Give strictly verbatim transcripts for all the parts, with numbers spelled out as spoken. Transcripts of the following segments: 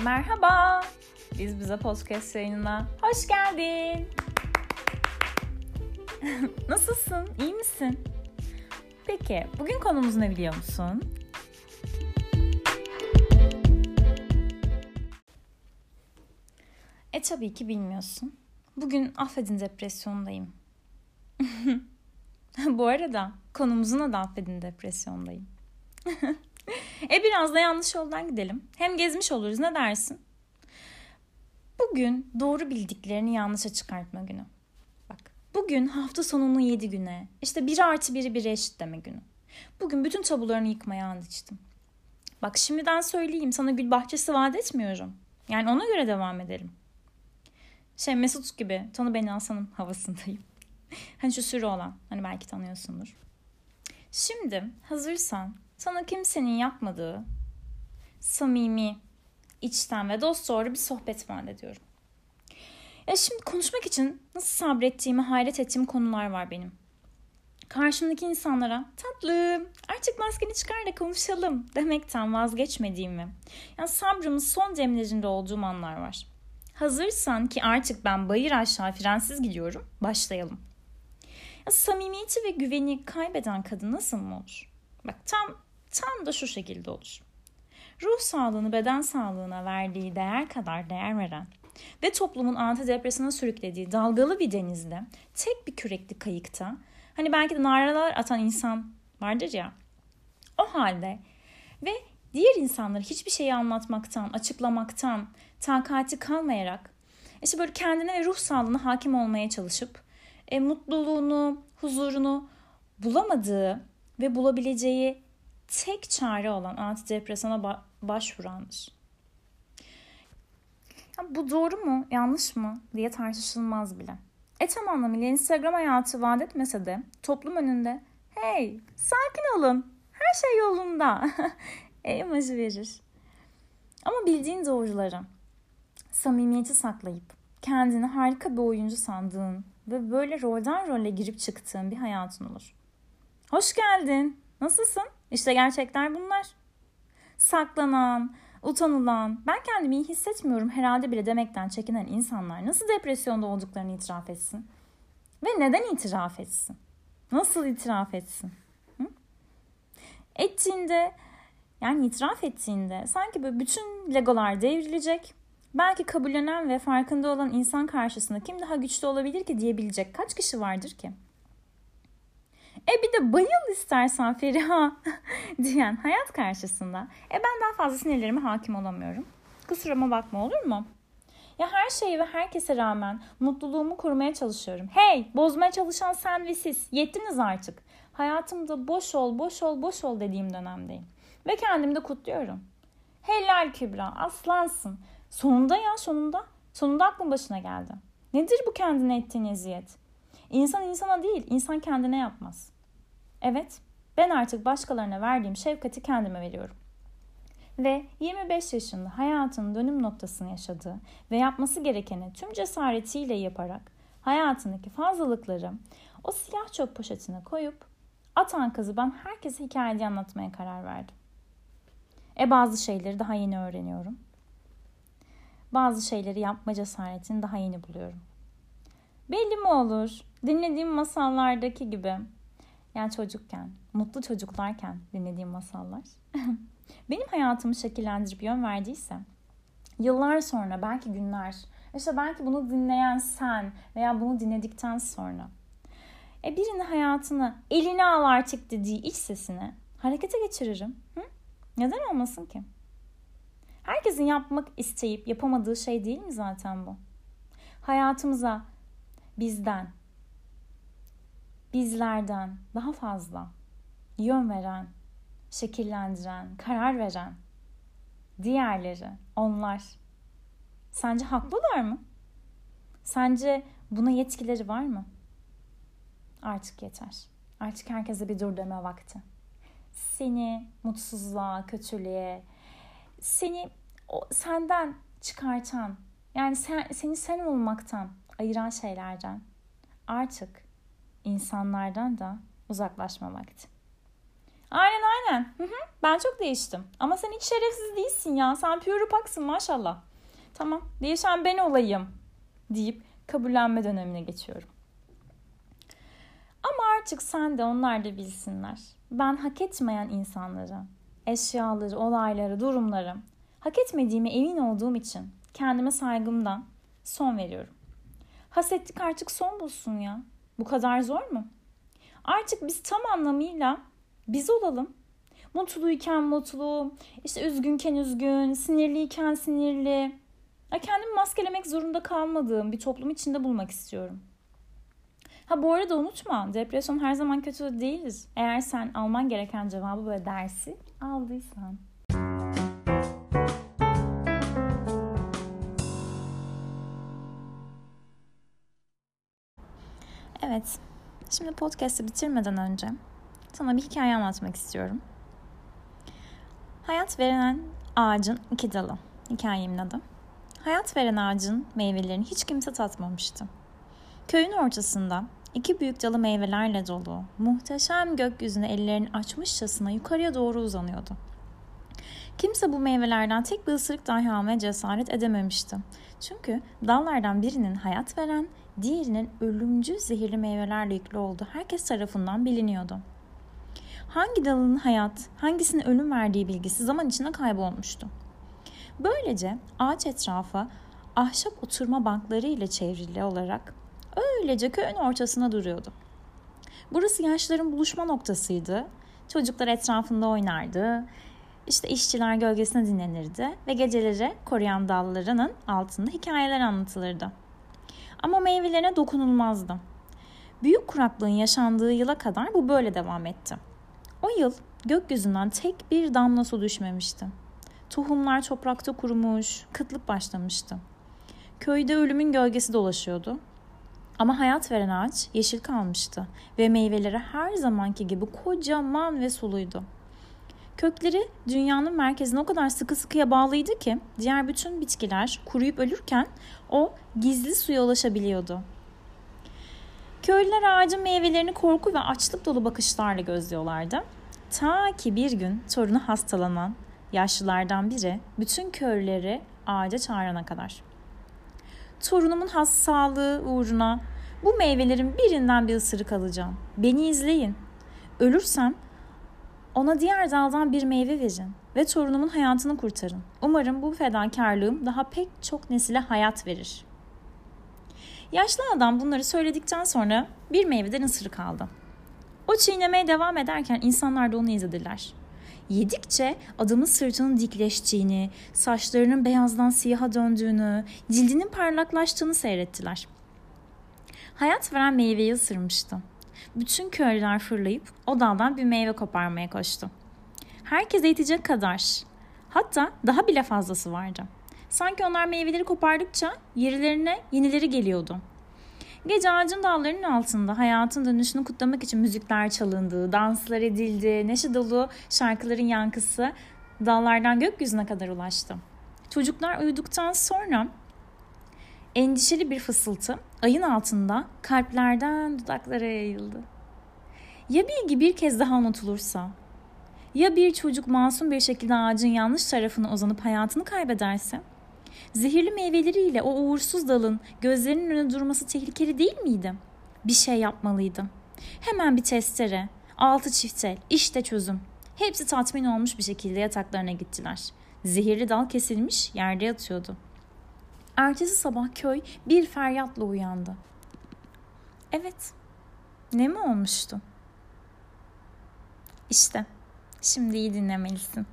Merhaba, Biz Bize Podcast yayınına hoş geldin. Nasılsın, iyi misin? Peki, bugün konumuz ne biliyor musun? E tabii ki bilmiyorsun. Bugün affedin depresyondayım. Bu arada konumuzun adı affedin depresyondayım. e biraz da yanlış yoldan gidelim. Hem gezmiş oluruz, ne dersin? Bugün doğru bildiklerini yanlışa çıkartma günü. Bak, bugün hafta sonunu yedi güne, işte bir artı biri bire eşit deme günü. Bugün bütün tabularını yıkmaya and içtim. Bak şimdiden söyleyeyim, sana gül bahçesi vaat etmiyorum. Yani ona göre devam edelim. Şey Mesut gibi, tanı beni Hasan'ım havasındayım. Hani şu sürü olan, hani belki tanıyorsundur. Şimdi hazırsan sana kimsenin yapmadığı samimi, içten ve dost doğru bir sohbet vaat ediyorum. Ya şimdi konuşmak için nasıl sabrettiğimi, hayret ettiğim konular var benim. Karşımdaki insanlara tatlım artık maskeni çıkar da konuşalım demekten vazgeçmediğimi, yani sabrımın son demlerinde olduğum anlar var. Hazırsan ki artık ben bayır aşağı frensiz gidiyorum, başlayalım. Ya, samimiyeti ve güveni kaybeden kadın nasıl mı olur? Bak tam tam da şu şekilde olur. Ruh sağlığını beden sağlığına verdiği değer kadar değer veren ve toplumun antidepresana sürüklediği dalgalı bir denizde tek bir kürekli kayıkta, hani belki de naralar atan insan vardır ya, o halde ve diğer insanları hiçbir şeyi anlatmaktan, açıklamaktan takati kalmayarak işte böyle kendine ve ruh sağlığına hakim olmaya çalışıp e, mutluluğunu, huzurunu bulamadığı ve bulabileceği tek çare olan antidepresana ba- başvurandır. Ya bu doğru mu, yanlış mı diye tartışılmaz bile. E tam anlamıyla Instagram hayatı vaat etmese de toplum önünde hey sakin olun, her şey yolunda e, imajı verir. Ama bildiğin doğruları, samimiyeti saklayıp kendini harika bir oyuncu sandığın ve böyle rolden role girip çıktığın bir hayatın olur. Hoş geldin. Nasılsın? İşte gerçekler bunlar. Saklanan, utanılan, ben kendimi iyi hissetmiyorum herhalde bile demekten çekinen insanlar nasıl depresyonda olduklarını itiraf etsin? Ve neden itiraf etsin? Nasıl itiraf etsin? Hı? Ettiğinde, yani itiraf ettiğinde sanki böyle bütün legolar devrilecek. Belki kabullenen ve farkında olan insan karşısında kim daha güçlü olabilir ki diyebilecek kaç kişi vardır ki? E bir de bayıl istersen Feriha diyen hayat karşısında e ben daha fazla sinirlerime hakim olamıyorum. Kusuruma bakma, olur mu? Ya her şeyi ve herkese rağmen mutluluğumu korumaya çalışıyorum. Hey, bozmaya çalışan sen ve siz yettiniz artık. Hayatımda boş ol, boş ol, boş ol dediğim dönemdeyim. Ve kendimi de kutluyorum. Helal Kübra, aslansın. Sonunda ya sonunda. Sonunda aklın başına geldi. Nedir bu kendine ettiğin eziyet? İnsan insana değil, insan kendine yapmaz. Evet, ben artık başkalarına verdiğim şefkati kendime veriyorum. Ve yirmi beş yaşında hayatının dönüm noktasını yaşadığı ve yapması gerekeni tüm cesaretiyle yaparak hayatındaki fazlalıkları o silah çöp poşetine koyup atan kızı ben herkese hikayede anlatmaya karar verdim. E bazı şeyleri daha yeni öğreniyorum. Bazı şeyleri yapma cesaretini daha yeni buluyorum. Belli mi olur? Dinlediğim masallardaki gibi. Yani çocukken, mutlu çocuklarken dinlediğim masallar. Benim hayatımı şekillendirip yön verdiyse, yıllar sonra, belki günler, işte belki bunu dinleyen sen veya bunu dinledikten sonra e birinin hayatını eline al artık dediği iç sesini harekete geçiririm. Hı? Neden olmasın ki? Herkesin yapmak isteyip yapamadığı şey değil mi zaten bu? Hayatımıza bizden, bizlerden daha fazla yön veren, şekillendiren, karar veren diğerleri, onlar. Sence haklılar mı? Sence buna yetkileri var mı? Artık yeter. Artık herkese bir dur deme vakti. Seni mutsuzluğa, kötülüğe, seni o, senden çıkartan, yani sen, seni sen olmaktan ayıran şeylerden artık insanlardan da uzaklaşma vakti. Aynen Aynen. Hı hı. Ben çok değiştim. Ama sen hiç şerefsiz değilsin ya. Sen pure paksın maşallah. Tamam. Değişen ben olayım deyip kabullenme dönemine geçiyorum. Ama artık sen de onlar da bilsinler. Ben hak etmeyen insanları, eşyaları, olayları, durumları hak etmediğime emin olduğum için kendime saygımdan son veriyorum. Hasetlik artık son bulsun ya. Bu kadar zor mu? Artık biz tam anlamıyla biz olalım. Mutluyken mutlu, işte üzgünken üzgün, sinirliyken sinirli. Ya kendimi maskelemek zorunda kalmadığım bir toplum içinde bulmak istiyorum. Ha bu arada unutma, depresyon her zaman kötü değildir. Eğer sen alman gereken cevabı ve dersi aldıysan. Evet, şimdi podcast'ı bitirmeden önce sana bir hikaye anlatmak istiyorum. Hayat veren ağacın iki dalı. Hikayemin adı. Hayat veren ağacın meyvelerini hiç kimse tatmamıştı. Köyün ortasında iki büyük dalı meyvelerle dolu, muhteşem gökyüzüne ellerini açmışçasına yukarıya doğru uzanıyordu. Kimse bu meyvelerden tek bir ısırık dahi almaya cesaret edememişti. Çünkü dallardan birinin hayat veren, diğerinin ölümcül zehirli meyvelerle yüklü olduğu herkes tarafından biliniyordu. Hangi dalının hayat, hangisinin ölüm verdiği bilgisi zaman içinde kaybolmuştu. Böylece ağaç etrafı ahşap oturma bankları ile çevrili olarak öylece köyün ortasına duruyordu. Burası yaşlıların buluşma noktasıydı. Çocuklar etrafında oynardı. İşte işçiler gölgesine dinlenirdi ve geceleri koruyan dallarının altında hikayeler anlatılırdı. Ama meyvelerine dokunulmazdı. Büyük kuraklığın yaşandığı yıla kadar bu böyle devam etti. O yıl gökyüzünden tek bir damla su düşmemişti. Tohumlar toprakta kurumuş, kıtlık başlamıştı. Köyde ölümün gölgesi dolaşıyordu. Ama hayat veren ağaç yeşil kalmıştı ve meyveleri her zamanki gibi kocaman ve suluydu. Kökleri dünyanın merkezine o kadar sıkı sıkıya bağlıydı ki diğer bütün bitkiler kuruyup ölürken o gizli suya ulaşabiliyordu. Köylüler ağacın meyvelerini korku ve açlık dolu bakışlarla gözlüyorlardı. Ta ki bir gün torunu hastalanan yaşlılardan biri bütün köylüleri ağaca çağırana kadar. Torunumun has sağlığı uğruna bu meyvelerin birinden bir ısırık alacağım. Beni izleyin. Ölürsem ona diğer daldan bir meyve verin ve torunumun hayatını kurtarın. Umarım bu fedakarlığım daha pek çok nesile hayat verir. Yaşlı adam bunları söyledikten sonra bir meyveden ısırık aldı. O çiğnemeye devam ederken insanlar da onu izlediler. Yedikçe adamın sırtının dikleştiğini, saçlarının beyazdan siyaha döndüğünü, cildinin parlaklaştığını seyrettiler. Hayat veren meyveyi ısırmıştı. Bütün köylüler fırlayıp o daldan bir meyve koparmaya koştu. Herkese yetecek kadar, hatta daha bile fazlası vardı. Sanki onlar meyveleri kopardıkça yerlerine yenileri geliyordu. Gece ağacın dallarının altında hayatın dönüşünü kutlamak için müzikler çalındı, danslar edildi, neşe dolu şarkıların yankısı dallardan gökyüzüne kadar ulaştı. Çocuklar uyuduktan sonra endişeli bir fısıltı ayın altında kalplerden dudaklara yayıldı. Ya bilgi bir kez daha unutulursa? Ya bir çocuk masum bir şekilde ağacın yanlış tarafına uzanıp hayatını kaybederse? Zehirli meyveleriyle o uğursuz dalın gözlerinin önünde durması tehlikeli değil miydi? Bir şey yapmalıydı. Hemen bir testere, altı çiftel, işte çözüm. Hepsi tatmin olmuş bir şekilde yataklarına gittiler. Zehirli dal kesilmiş, yerde yatıyordu. Ertesi sabah köy bir feryatla uyandı. Evet, ne mi olmuştu? İşte, şimdi iyi dinlemelisin.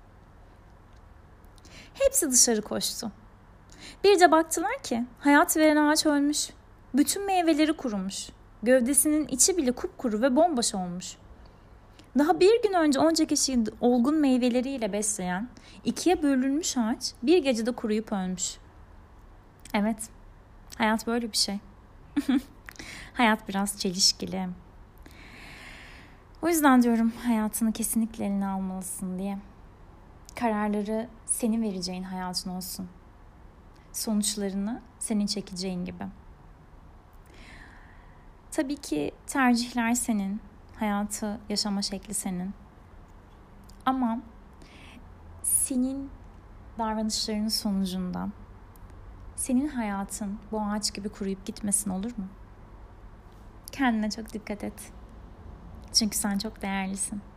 Hepsi dışarı koştu. Bir de baktılar ki hayat veren ağaç ölmüş. Bütün meyveleri kurumuş. Gövdesinin içi bile kupkuru ve bomboş olmuş. Daha bir gün önce onca kişiyi olgun meyveleriyle besleyen, ikiye bölünmüş ağaç bir gecede kuruyup ölmüş. Evet, hayat böyle bir şey. Hayat biraz çelişkili. O yüzden diyorum hayatını kesinlikle eline almalısın diye. Kararları senin vereceğin hayatın olsun. Sonuçlarını senin çekeceğin gibi. Tabii ki tercihler senin, hayatı yaşama şekli senin. Ama senin davranışlarının sonucunda senin hayatın bu ağaç gibi kuruyup gitmesin, olur mu? Kendine çok dikkat et. Çünkü sen çok değerlisin.